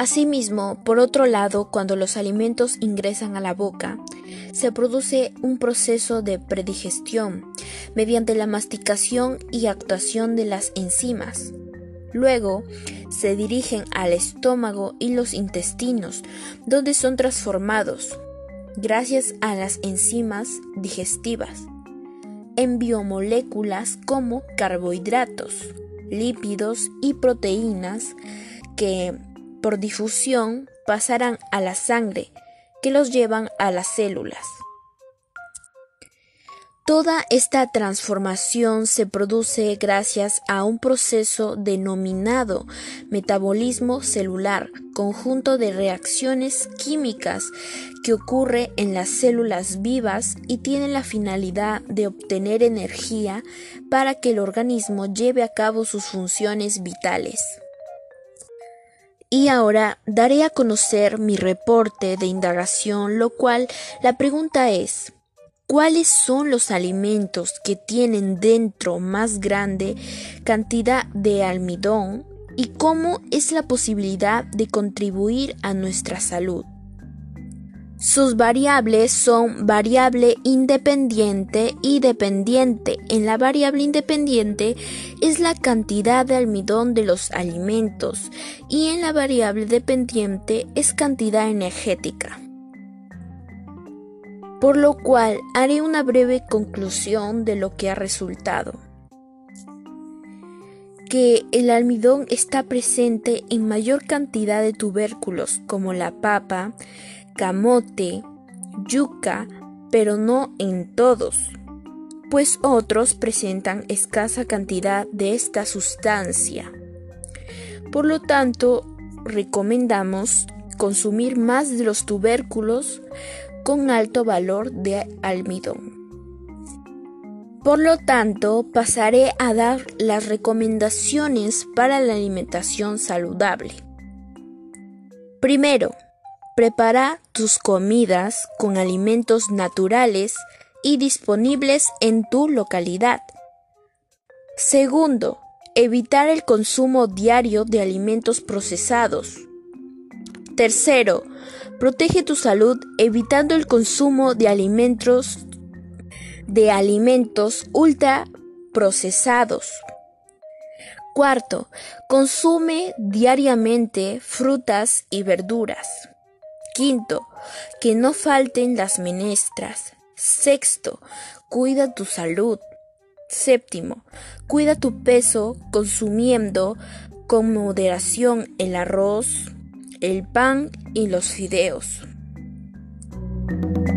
Asimismo, por otro lado, cuando los alimentos ingresan a la boca, se produce un proceso de predigestión mediante la masticación y actuación de las enzimas. Luego, se dirigen al estómago y los intestinos, donde son transformados, gracias a las enzimas digestivas, en biomoléculas como carbohidratos, lípidos y proteínas que, por difusión, pasarán a la sangre, que los llevan a las células. Toda esta transformación se produce gracias a un proceso denominado metabolismo celular, conjunto de reacciones químicas que ocurre en las células vivas y tiene la finalidad de obtener energía para que el organismo lleve a cabo sus funciones vitales. Y ahora daré a conocer mi reporte de indagación, lo cual la pregunta es: ¿cuáles son los alimentos que tienen dentro más grande cantidad de almidón y cómo es la posibilidad de contribuir a nuestra salud? Sus variables son variable independiente y dependiente. En la variable independiente es la cantidad de almidón de los alimentos y en la variable dependiente es cantidad energética. Por lo cual haré una breve conclusión de lo que ha resultado. Que el almidón está presente en mayor cantidad de tubérculos como la papa, camote, yuca, pero no en todos, pues otros presentan escasa cantidad de esta sustancia. Por lo tanto, recomendamos consumir más de los tubérculos con alto valor de almidón. Por lo tanto, pasaré a dar las recomendaciones para la alimentación saludable. Primero, prepara tus comidas con alimentos naturales y disponibles en tu localidad. Segundo, evitar el consumo diario de alimentos procesados. Tercero, protege tu salud evitando el consumo de alimentos ultraprocesados. Cuarto, consume diariamente frutas y verduras. Quinto, que no falten las menestras. Sexto, cuida tu salud. Séptimo, cuida tu peso consumiendo con moderación el arroz, el pan y los fideos.